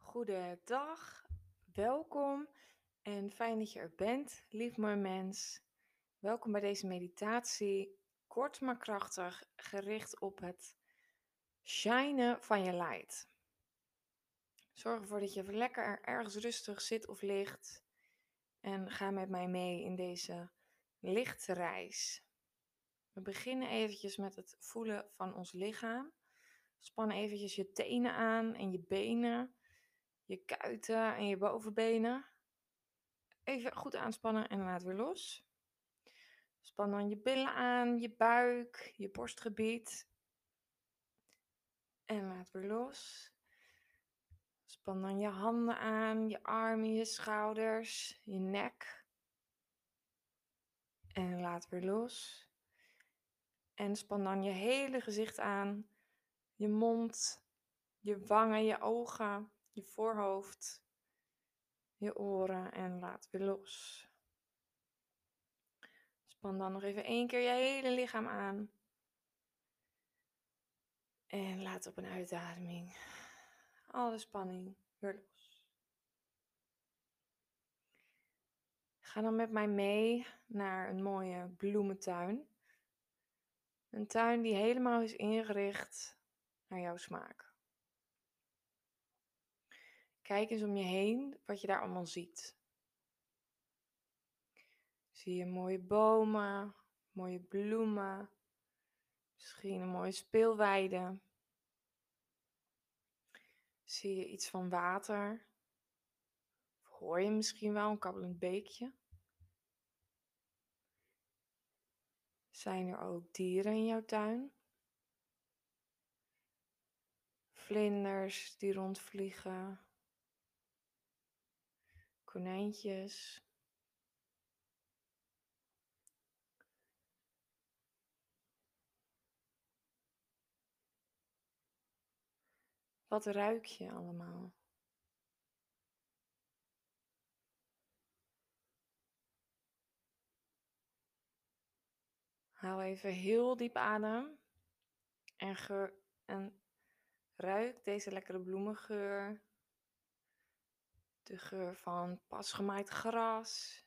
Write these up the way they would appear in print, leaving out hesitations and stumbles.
Goedendag, welkom en fijn dat je er bent, lief mooi mens. Welkom bij deze meditatie, kort maar krachtig, gericht op het shinen van je light. Zorg ervoor dat je even lekker ergens rustig zit of ligt en ga met mij mee in deze lichtreis. We beginnen eventjes met het voelen van ons lichaam. Span eventjes je tenen aan en je benen, je kuiten en je bovenbenen. Even goed aanspannen en laat weer los. Span dan je billen aan, je buik, je borstgebied. En laat weer los. Span dan je handen aan, je armen, je schouders, je nek. En laat weer los. En span dan je hele gezicht aan. Je mond, je wangen, je ogen, je voorhoofd, je oren en laat weer los. Span dan nog even 1 keer je hele lichaam aan. En laat op een uitademing alle spanning weer los. Ga dan met mij mee naar een mooie bloementuin. Een tuin die helemaal is ingericht naar jouw smaak. Kijk eens om je heen wat je daar allemaal ziet. Zie je mooie bomen, mooie bloemen, misschien een mooie speelweide. Zie je iets van water? Of hoor je misschien wel een kabbelend beekje? Zijn er ook dieren in jouw tuin? Vlinders die rondvliegen, konijntjes. Wat ruik je allemaal? Haal even heel diep adem en ruik deze lekkere bloemengeur. De geur van pas gemaaid gras.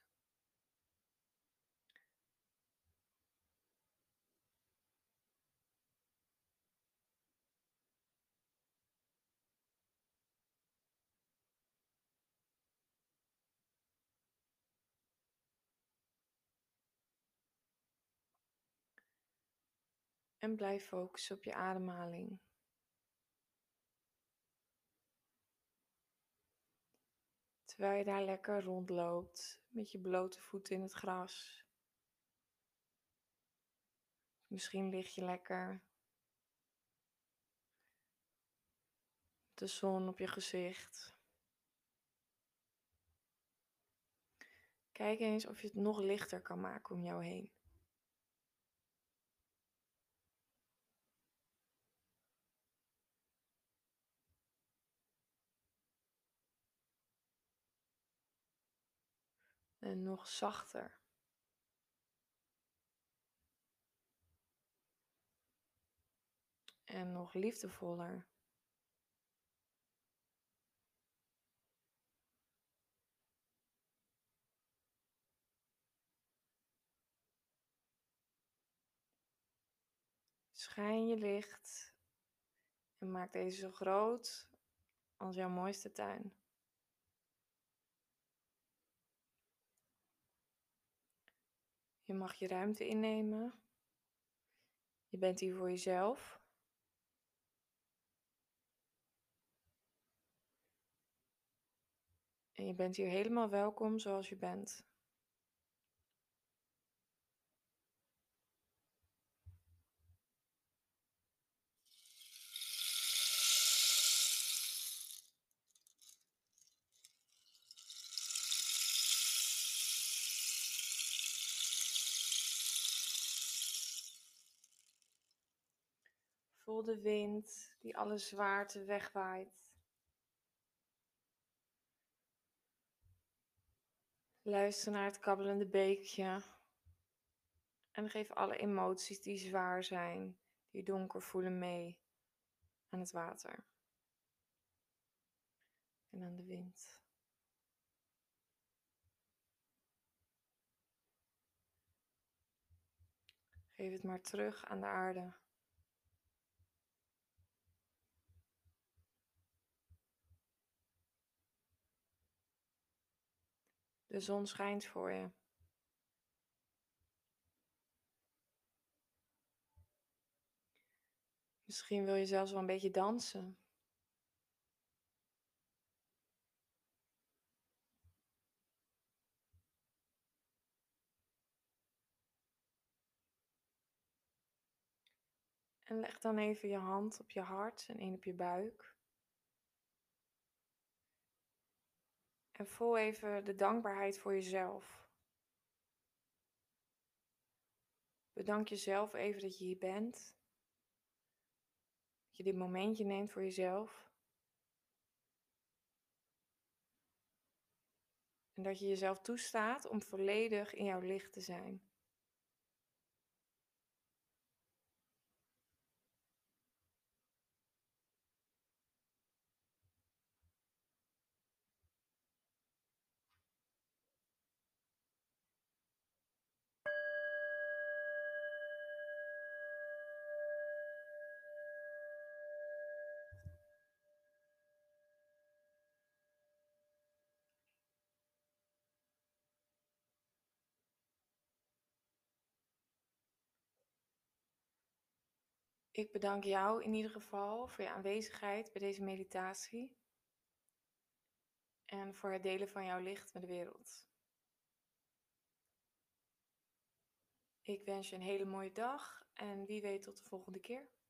En blijf focussen op je ademhaling. Terwijl je daar lekker rondloopt met je blote voeten in het gras. Misschien lig je lekker. De zon op je gezicht. Kijk eens of je het nog lichter kan maken om jou heen. En nog zachter. En nog liefdevoller. Schijn je licht en maak deze zo groot als jouw mooiste tuin. Je mag je ruimte innemen. Je bent hier voor jezelf. En je bent hier helemaal welkom zoals je bent. Voel de wind die alle zwaarte wegwaait. Luister naar het kabbelende beekje. En geef alle emoties die zwaar zijn, die donker voelen mee aan het water. En en aan de wind. Geef het maar terug aan de aarde. De zon schijnt voor je. Misschien wil je zelfs wel een beetje dansen. En leg dan even je hand op je hart en één op je buik. En voel even de dankbaarheid voor jezelf. Bedank jezelf even dat je hier bent. Dat je dit momentje neemt voor jezelf. En dat je jezelf toestaat om volledig in jouw licht te zijn. Ik bedank jou in ieder geval voor je aanwezigheid bij deze meditatie. En voor het delen van jouw licht met de wereld. Ik wens je een hele mooie dag en wie weet tot de volgende keer.